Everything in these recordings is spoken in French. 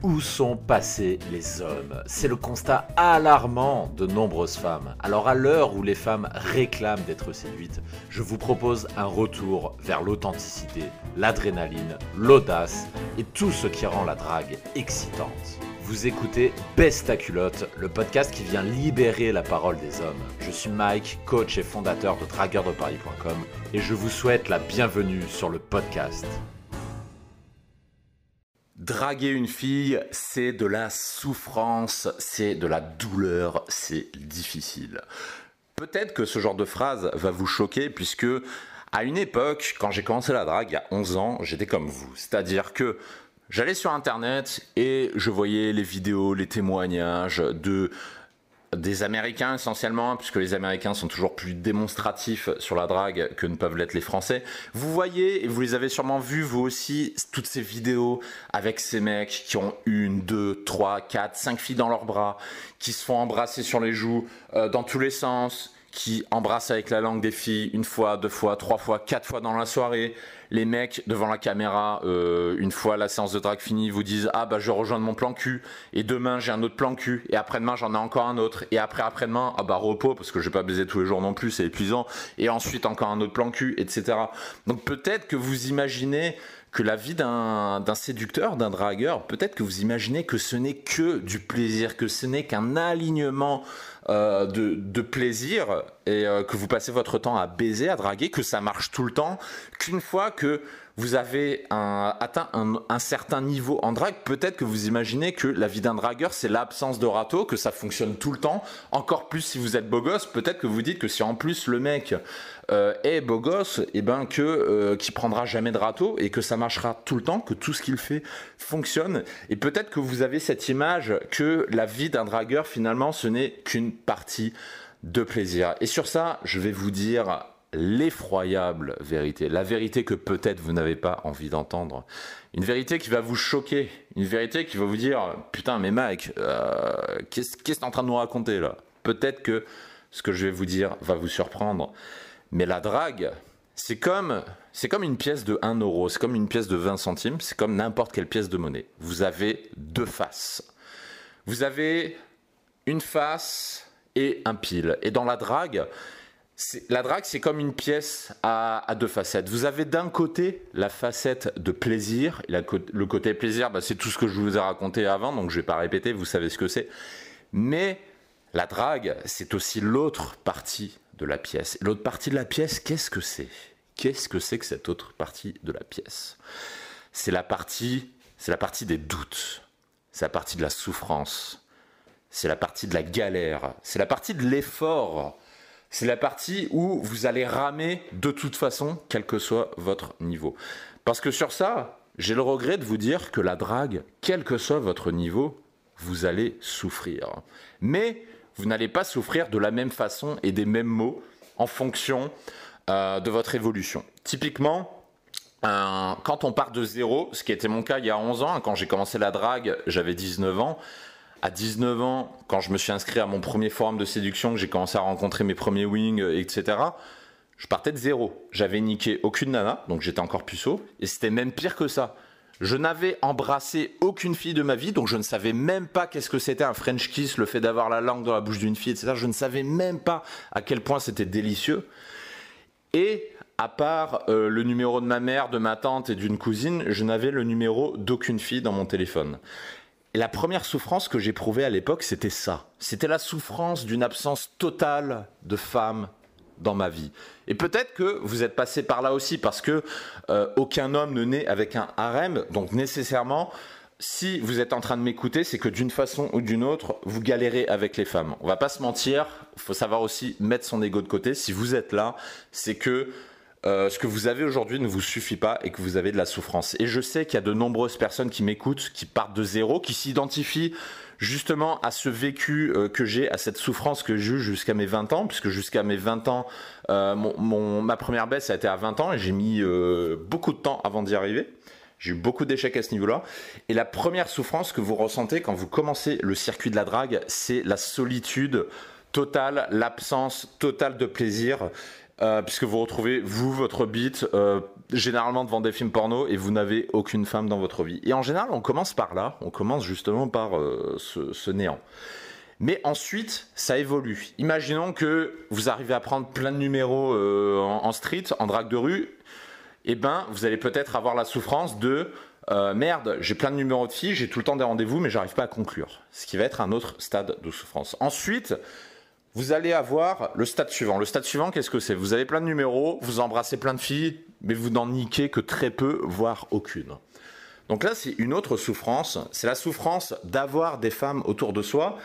Où sont passés les hommes? C'est le constat alarmant de nombreuses femmes. Alors à l'heure où les femmes réclament d'être séduites, je vous propose un retour vers l'authenticité, l'adrénaline, l'audace et tout ce qui rend la drague excitante. Vous écoutez Baisse ta culotte, le podcast qui vient libérer la parole des hommes. Je suis Mike, coach et fondateur de dragueurdeparis.com et je vous souhaite la bienvenue sur le podcast. Draguer une fille, c'est de la souffrance, c'est de la douleur, c'est difficile. Peut-être que ce genre de phrase va vous choquer puisque à une époque, quand j'ai commencé la drague, il y a 11 ans, j'étais comme vous. C'est-à-dire que j'allais sur Internet et je voyais les vidéos, les témoignages des Américains essentiellement, puisque les Américains sont toujours plus démonstratifs sur la drague que ne peuvent l'être les Français. Vous voyez, et vous les avez sûrement vus vous aussi, toutes ces vidéos avec ces mecs qui ont 1, 2, 3, 4, 5 filles dans leurs bras, qui se font embrasser sur les joues dans tous les sens, qui embrassent avec la langue des filles 1 fois, 2 fois, 3 fois, 4 fois dans la soirée. Les mecs devant la caméra, une fois la séance de drague finie, vous disent « Ah bah je rejoins mon plan cul, et demain j'ai un autre plan cul, et après-demain j'en ai encore un autre, et après-demain, ah bah repos, parce que je vais pas baiser tous les jours non plus, c'est épuisant, et ensuite encore un autre plan cul, etc. » Donc peut-être que vous imaginez que la vie d'un séducteur, d'un dragueur, peut-être que vous imaginez que ce n'est que du plaisir, que ce n'est qu'un alignement de plaisir et que vous passez votre temps à baiser, à draguer, que ça marche tout le temps, qu'une fois que vous avez atteint un certain niveau en drague, peut-être que vous imaginez que la vie d'un dragueur, c'est l'absence de râteau, que ça fonctionne tout le temps. Encore plus si vous êtes beau gosse, peut-être que vous dites que si en plus le mec est beau gosse, et ben qu'il prendra jamais de râteau et que ça marchera tout le temps, que tout ce qu'il fait fonctionne. Et peut-être que vous avez cette image que la vie d'un dragueur, finalement, ce n'est qu'une partie de plaisir. Et sur ça, je vais vous dire l'effroyable vérité, la vérité que peut-être vous n'avez pas envie d'entendre, une vérité qui va vous choquer, une vérité qui va vous dire « Putain, mais Mike, qu'est-ce que tu es en train de nous raconter là ?» Peut-être que ce que je vais vous dire va vous surprendre, mais la drague, c'est comme une pièce de 1 euro, c'est comme une pièce de 20 centimes, c'est comme n'importe quelle pièce de monnaie. Vous avez deux faces. Vous avez une face et un pile. Et dans la drague, c'est comme une pièce à deux facettes. Vous avez d'un côté la facette de plaisir. Le côté plaisir, c'est tout ce que je vous ai raconté avant, donc je ne vais pas répéter, vous savez ce que c'est. Mais la drague, c'est aussi l'autre partie de la pièce. Et l'autre partie de la pièce, qu'est-ce que c'est? Qu'est-ce que c'est que cette autre partie de la pièce? C'est la partie des doutes. C'est la partie de la souffrance. C'est la partie de la galère. C'est la partie de l'effort. C'est la partie où vous allez ramer de toute façon, quel que soit votre niveau. Parce que sur ça, j'ai le regret de vous dire que la drague, quel que soit votre niveau, vous allez souffrir. Mais vous n'allez pas souffrir de la même façon et des mêmes mots en fonction de votre évolution. Typiquement, quand on part de zéro, ce qui était mon cas il y a 11 ans, quand j'ai commencé la drague, j'avais 19 ans. À 19 ans, quand je me suis inscrit à mon premier forum de séduction, que j'ai commencé à rencontrer mes premiers wings, etc., je partais de zéro. J'avais niqué aucune nana, donc j'étais encore puceau, et c'était même pire que ça. Je n'avais embrassé aucune fille de ma vie, donc je ne savais même pas qu'est-ce que c'était un French kiss, le fait d'avoir la langue dans la bouche d'une fille, etc. Je ne savais même pas à quel point c'était délicieux. Et à part le numéro de ma mère, de ma tante et d'une cousine, je n'avais le numéro d'aucune fille dans mon téléphone. Et la première souffrance que j'éprouvais à l'époque, c'était ça. C'était la souffrance d'une absence totale de femmes dans ma vie. Et peut-être que vous êtes passé par là aussi, parce que aucun homme ne naît avec un harem, donc nécessairement, si vous êtes en train de m'écouter, c'est que d'une façon ou d'une autre, vous galérez avec les femmes. On va pas se mentir, il faut savoir aussi mettre son ego de côté. Si vous êtes là, c'est que ce que vous avez aujourd'hui ne vous suffit pas et que vous avez de la souffrance. Et je sais qu'il y a de nombreuses personnes qui m'écoutent, qui partent de zéro, qui s'identifient justement à ce vécu que j'ai, à cette souffrance que j'ai eue jusqu'à mes 20 ans, puisque jusqu'à mes 20 ans, ma première baisse a été à 20 ans et j'ai mis beaucoup de temps avant d'y arriver. J'ai eu beaucoup d'échecs à ce niveau-là. Et la première souffrance que vous ressentez quand vous commencez le circuit de la drague, c'est la solitude totale, l'absence totale de plaisir. puisque vous retrouvez, vous, votre bite, généralement devant des films porno, et vous n'avez aucune femme dans votre vie. Et en général, on commence par là, on commence justement par ce néant. Mais ensuite, ça évolue. Imaginons que vous arrivez à prendre plein de numéros en street, en drague de rue, et ben, vous allez peut-être avoir la souffrance de merde, j'ai plein de numéros de filles, j'ai tout le temps des rendez-vous, mais j'arrive pas à conclure. Ce qui va être un autre stade de souffrance. Ensuite, vous allez avoir le stade suivant. Le stade suivant, qu'est-ce que c'est? Vous avez plein de numéros, vous embrassez plein de filles, mais vous n'en niquez que très peu, voire aucune. Donc là, c'est une autre souffrance. C'est la souffrance d'avoir des femmes autour de soi.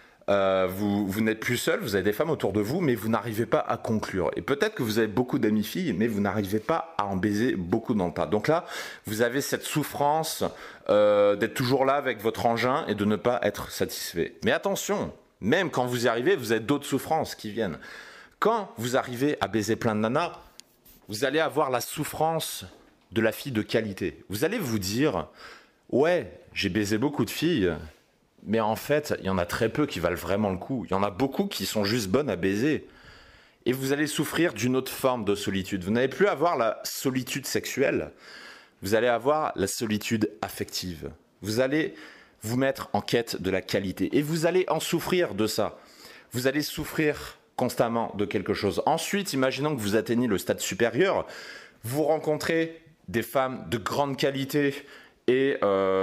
Vous n'êtes plus seul, vous avez des femmes autour de vous, mais vous n'arrivez pas à conclure. Et peut-être que vous avez beaucoup d'amis filles, mais vous n'arrivez pas à en baiser beaucoup dans le tas. Donc là, vous avez cette souffrance d'être toujours là avec votre engin et de ne pas être satisfait. Mais attention, même quand vous y arrivez, vous avez d'autres souffrances qui viennent. Quand vous arrivez à baiser plein de nanas, vous allez avoir la souffrance de la fille de qualité. Vous allez vous dire, ouais, j'ai baisé beaucoup de filles, mais en fait, il y en a très peu qui valent vraiment le coup. Il y en a beaucoup qui sont juste bonnes à baiser. Et vous allez souffrir d'une autre forme de solitude. Vous n'allez plus avoir la solitude sexuelle. Vous allez avoir la solitude affective. Vous allez vous mettre en quête de la qualité. Et vous allez en souffrir de ça. Vous allez souffrir constamment de quelque chose. Ensuite, imaginons que vous atteignez le stade supérieur. Vous rencontrez des femmes de grande qualité et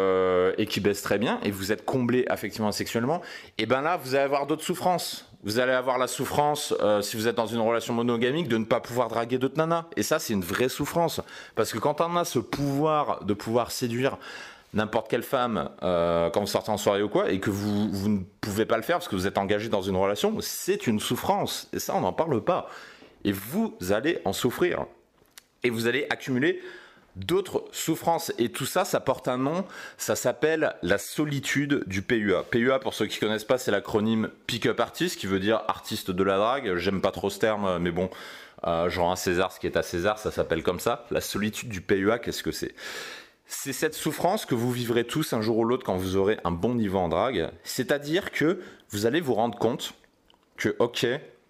qui baissent très bien, et vous êtes comblé affectivement sexuellement, et ben là, vous allez avoir d'autres souffrances. Vous allez avoir la souffrance, si vous êtes dans une relation monogamique, de ne pas pouvoir draguer d'autres nanas. Et ça, c'est une vraie souffrance. Parce que quand on a ce pouvoir de pouvoir séduire n'importe quelle femme quand vous sortez en soirée ou quoi, et que vous ne pouvez pas le faire parce que vous êtes engagé dans une relation, c'est une souffrance. Et ça, on n'en parle pas. Et vous allez en souffrir. Et vous allez accumuler d'autres souffrances. Et tout ça, ça porte un nom. Ça s'appelle la solitude du PUA. PUA, pour ceux qui ne connaissent pas, c'est l'acronyme Pick-up Artist, qui veut dire artiste de la drague. J'aime pas trop ce terme, mais bon, genre à César, ce qui est à César, ça s'appelle comme ça. La solitude du PUA, qu'est-ce que c'est? C'est cette souffrance que vous vivrez tous un jour ou l'autre quand vous aurez un bon niveau en drague. C'est-à-dire que vous allez vous rendre compte que, ok,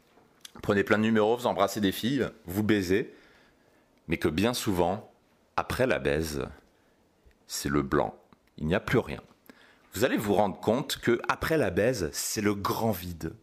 prenez plein de numéros, vous embrassez des filles, vous baisez, mais que bien souvent, après la baise, c'est le blanc. Il n'y a plus rien. Vous allez vous rendre compte que après la baise, c'est le grand vide.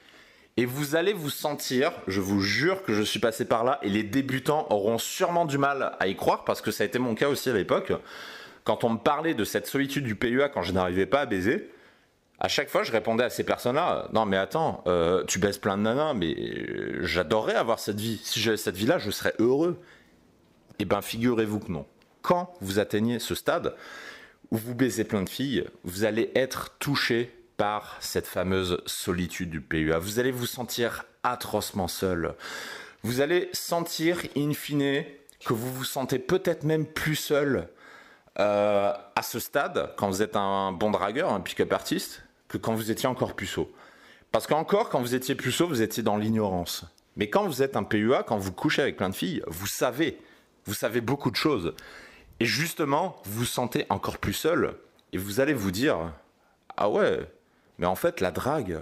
Et vous allez vous sentir, je vous jure que je suis passé par là, et les débutants auront sûrement du mal à y croire, parce que ça a été mon cas aussi à l'époque. Quand on me parlait de cette solitude du PUA quand je n'arrivais pas à baiser, à chaque fois je répondais à ces personnes-là, non mais attends, tu baises plein de nanas, mais j'adorerais avoir cette vie. Si j'avais cette vie-là, je serais heureux. Eh bien, figurez-vous que non. Quand vous atteignez ce stade où vous baisez plein de filles, vous allez être touché par cette fameuse solitude du PUA. Vous allez vous sentir atrocement seul. Vous allez sentir, in fine, que vous vous sentez peut-être même plus seul à ce stade, quand vous êtes un bon dragueur, un pick-up artiste, que quand vous étiez encore puceau. Parce qu'encore, quand vous étiez puceau, vous étiez dans l'ignorance. Mais quand vous êtes un PUA, quand vous couchez avec plein de filles, vous savez beaucoup de choses. Et justement, vous vous sentez encore plus seul. Et vous allez vous dire, ah ouais, mais en fait, la drague,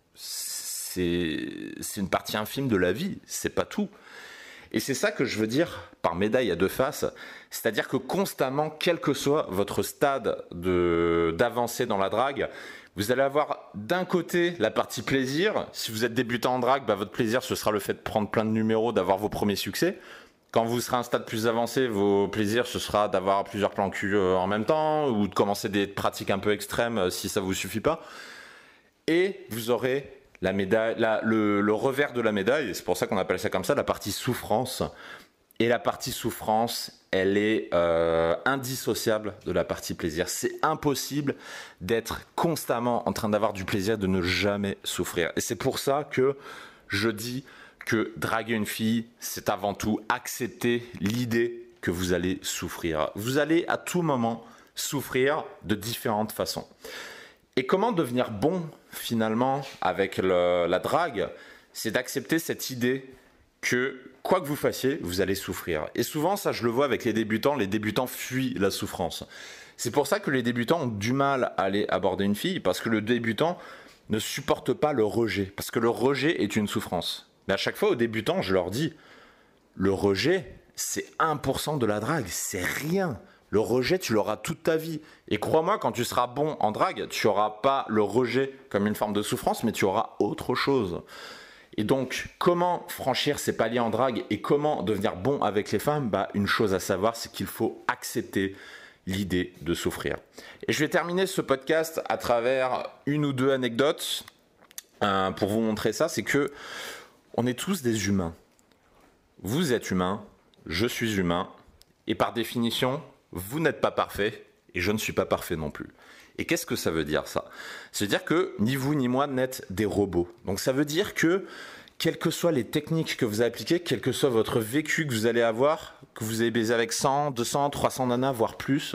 c'est une partie infime de la vie. C'est pas tout. Et c'est ça que je veux dire par médaille à deux faces. C'est-à-dire que constamment, quel que soit votre stade d'avancée dans la drague, vous allez avoir d'un côté la partie plaisir. Si vous êtes débutant en drague, bah, votre plaisir, ce sera le fait de prendre plein de numéros, d'avoir vos premiers succès. Quand vous serez à un stade plus avancé, vos plaisirs, ce sera d'avoir plusieurs plans cul en même temps, ou de commencer des pratiques un peu extrêmes si ça vous suffit pas. Et vous aurez la médaille, le revers de la médaille, et c'est pour ça qu'on appelle ça comme ça, la partie souffrance. Et la partie souffrance, elle est indissociable de la partie plaisir. C'est impossible d'être constamment en train d'avoir du plaisir, de ne jamais souffrir. Et c'est pour ça que je dis que draguer une fille, c'est avant tout accepter l'idée que vous allez souffrir. Vous allez à tout moment souffrir de différentes façons. Et comment devenir bon finalement avec la drague? C'est d'accepter cette idée que quoi que vous fassiez, vous allez souffrir. Et souvent, ça je le vois avec les débutants fuient la souffrance. C'est pour ça que les débutants ont du mal à aller aborder une fille, parce que le débutant ne supporte pas le rejet, parce que le rejet est une souffrance. Mais à chaque fois, aux débutants, je leur dis, le rejet, c'est 1% de la drague, c'est rien. Le rejet, tu l'auras toute ta vie. Et crois-moi, quand tu seras bon en drague, tu n'auras pas le rejet comme une forme de souffrance, mais tu auras autre chose. Et donc, comment franchir ces paliers en drague et comment devenir bon avec les femmes? Une chose à savoir, c'est qu'il faut accepter l'idée de souffrir. Et je vais terminer ce podcast à travers une ou deux anecdotes pour vous montrer ça. C'est que on est tous des humains. Vous êtes humain, je suis humain, et par définition, vous n'êtes pas parfait, et je ne suis pas parfait non plus. Et qu'est-ce que ça veut dire, ça? Ça veut dire que ni vous ni moi n'êtes des robots. Donc ça veut dire que, quelles que soient les techniques que vous appliquez, quel que soit votre vécu que vous allez avoir, que vous avez baisé avec 100, 200, 300 nanas, voire plus,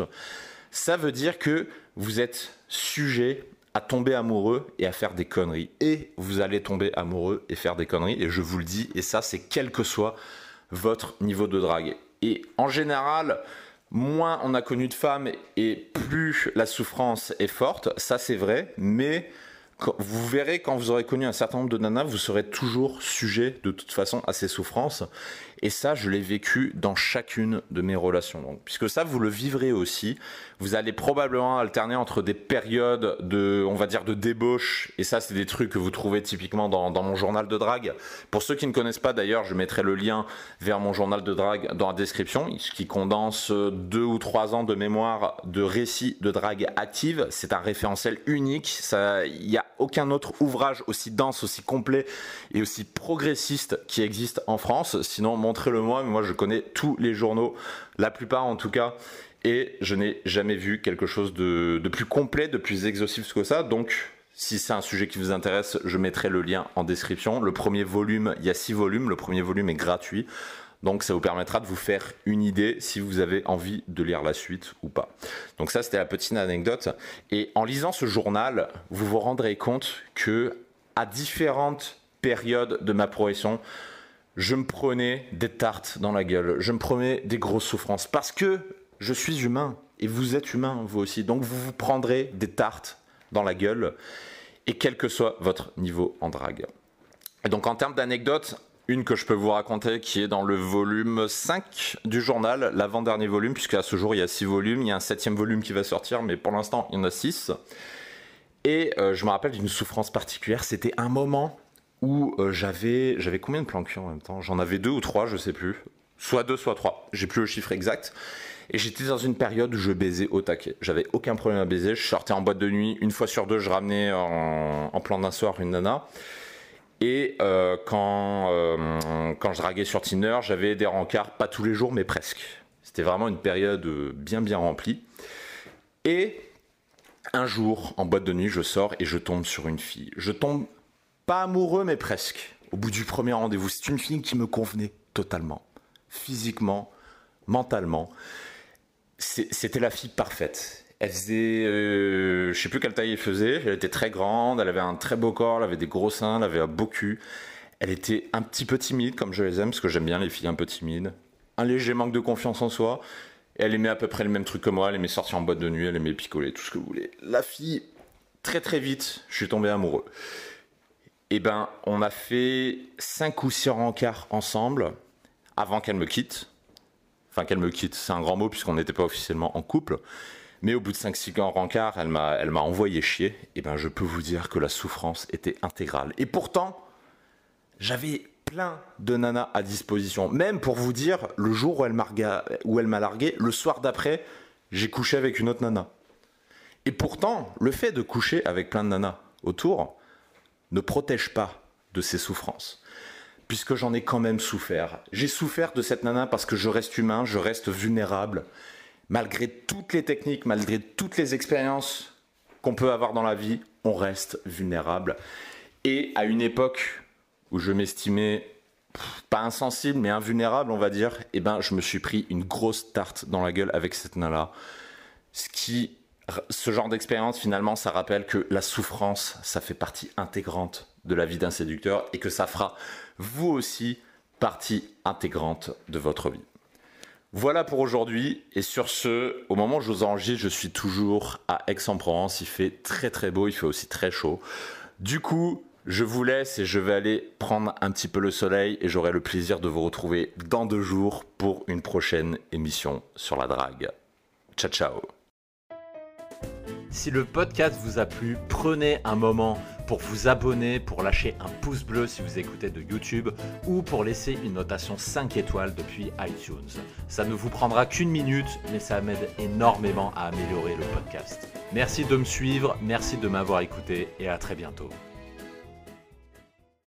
ça veut dire que vous êtes sujet à tomber amoureux et à faire des conneries. Et vous allez tomber amoureux et faire des conneries, et je vous le dis, et ça c'est quel que soit votre niveau de drague. Et en général, moins on a connu de femmes et plus la souffrance est forte, ça c'est vrai, mais vous verrez quand vous aurez connu un certain nombre de nanas, vous serez toujours sujet de toute façon à ces souffrances. Et ça, je l'ai vécu dans chacune de mes relations. Donc, puisque ça, vous le vivrez aussi. Vous allez probablement alterner entre des périodes de, on va dire, de débauche. Et ça, c'est des trucs que vous trouvez typiquement dans mon journal de drague. Pour ceux qui ne connaissent pas, d'ailleurs, je mettrai le lien vers mon journal de drague dans la description, qui condense 2 ou 3 ans de mémoire de récits de drague active. C'est un référentiel unique. Il n'y a aucun autre ouvrage aussi dense, aussi complet et aussi progressiste qui existe en France. Sinon, montrez-le-moi, mais moi je connais tous les journaux, la plupart en tout cas, et je n'ai jamais vu quelque chose de plus complet, de plus exhaustif que ça. Donc, si c'est un sujet qui vous intéresse, je mettrai le lien en description. Le premier volume, il y a 6 volumes, le premier volume est gratuit. Donc ça vous permettra de vous faire une idée si vous avez envie de lire la suite ou pas. Donc ça, c'était la petite anecdote. Et en lisant ce journal, vous vous rendrez compte que à différentes périodes de ma progression, je me prenais des tartes dans la gueule, je me prenais des grosses souffrances parce que je suis humain et vous êtes humain vous aussi. Donc vous vous prendrez des tartes dans la gueule et quel que soit votre niveau en drague. Et donc en termes d'anecdotes, une que je peux vous raconter qui est dans le volume 5 du journal, l'avant-dernier volume, puisqu'à ce jour il y a 6 volumes, il y a un 7e volume qui va sortir, mais pour l'instant il y en a 6. Et je me rappelle d'une souffrance particulière, c'était un moment où j'avais combien de plans cul en même temps? J'en avais 2 ou 3, je sais plus. Soit 2, soit 3, j'ai plus le chiffre exact. Et j'étais dans une période où je baisais au taquet. J'avais aucun problème à baiser, je sortais en boîte de nuit, une fois sur deux je ramenais en plan d'un soir une nana. Et quand je draguais sur Tinder, j'avais des rencarts, pas tous les jours, mais presque. C'était vraiment une période bien remplie. Et un jour, en boîte de nuit, je sors et je tombe sur une fille. Je tombe pas amoureux, mais presque. Au bout du premier rendez-vous, c'est une fille qui me convenait totalement. Physiquement, mentalement. C'était la fille parfaite. Elle faisait, je sais plus quelle taille elle faisait, elle était très grande, elle avait un très beau corps, elle avait des gros seins, elle avait un beau cul. Elle était un petit peu timide, comme je les aime, parce que j'aime bien les filles un peu timides. Un léger manque de confiance en soi. Et elle aimait à peu près le même truc que moi, elle aimait sortir en boîte de nuit, elle aimait picoler, tout ce que vous voulez. La fille, très vite, je suis tombé amoureux. Et on a fait 5 ou 6 rencarts ensemble, avant qu'elle me quitte. Enfin, qu'elle me quitte, c'est un grand mot, puisqu'on n'était pas officiellement en couple. Mais au bout de 5-6 rencarts, elle m'a envoyé chier. Et je peux vous dire que la souffrance était intégrale. Et pourtant, j'avais plein de nanas à disposition. Même pour vous dire, le jour où elle m'a largué, le soir d'après, j'ai couché avec une autre nana. Et pourtant, le fait de coucher avec plein de nanas autour ne protège pas de ces souffrances. Puisque j'en ai quand même souffert. J'ai souffert de cette nana parce que je reste humain, je reste vulnérable. Malgré toutes les techniques, malgré toutes les expériences qu'on peut avoir dans la vie, on reste vulnérable. Et à une époque où je m'estimais pas insensible, mais invulnérable, on va dire, je me suis pris une grosse tarte dans la gueule avec cette nana. Ce genre d'expérience, finalement, ça rappelle que la souffrance, ça fait partie intégrante de la vie d'un séducteur et que ça fera, vous aussi, partie intégrante de votre vie. Voilà pour aujourd'hui, et sur ce, au moment où je vous enregistre, je suis toujours à Aix-en-Provence, il fait très beau, il fait aussi très chaud. Du coup, Je vous laisse et je vais aller prendre un petit peu le soleil et j'aurai le plaisir de vous retrouver dans 2 jours pour une prochaine émission sur la drague. Ciao, ciao. Si le podcast vous a plu, prenez un moment pour vous abonner, pour lâcher un pouce bleu si vous écoutez de YouTube ou pour laisser une notation 5 étoiles depuis iTunes. Ça ne vous prendra qu'1 minute, mais ça m'aide énormément à améliorer le podcast. Merci de me suivre, merci de m'avoir écouté et à très bientôt.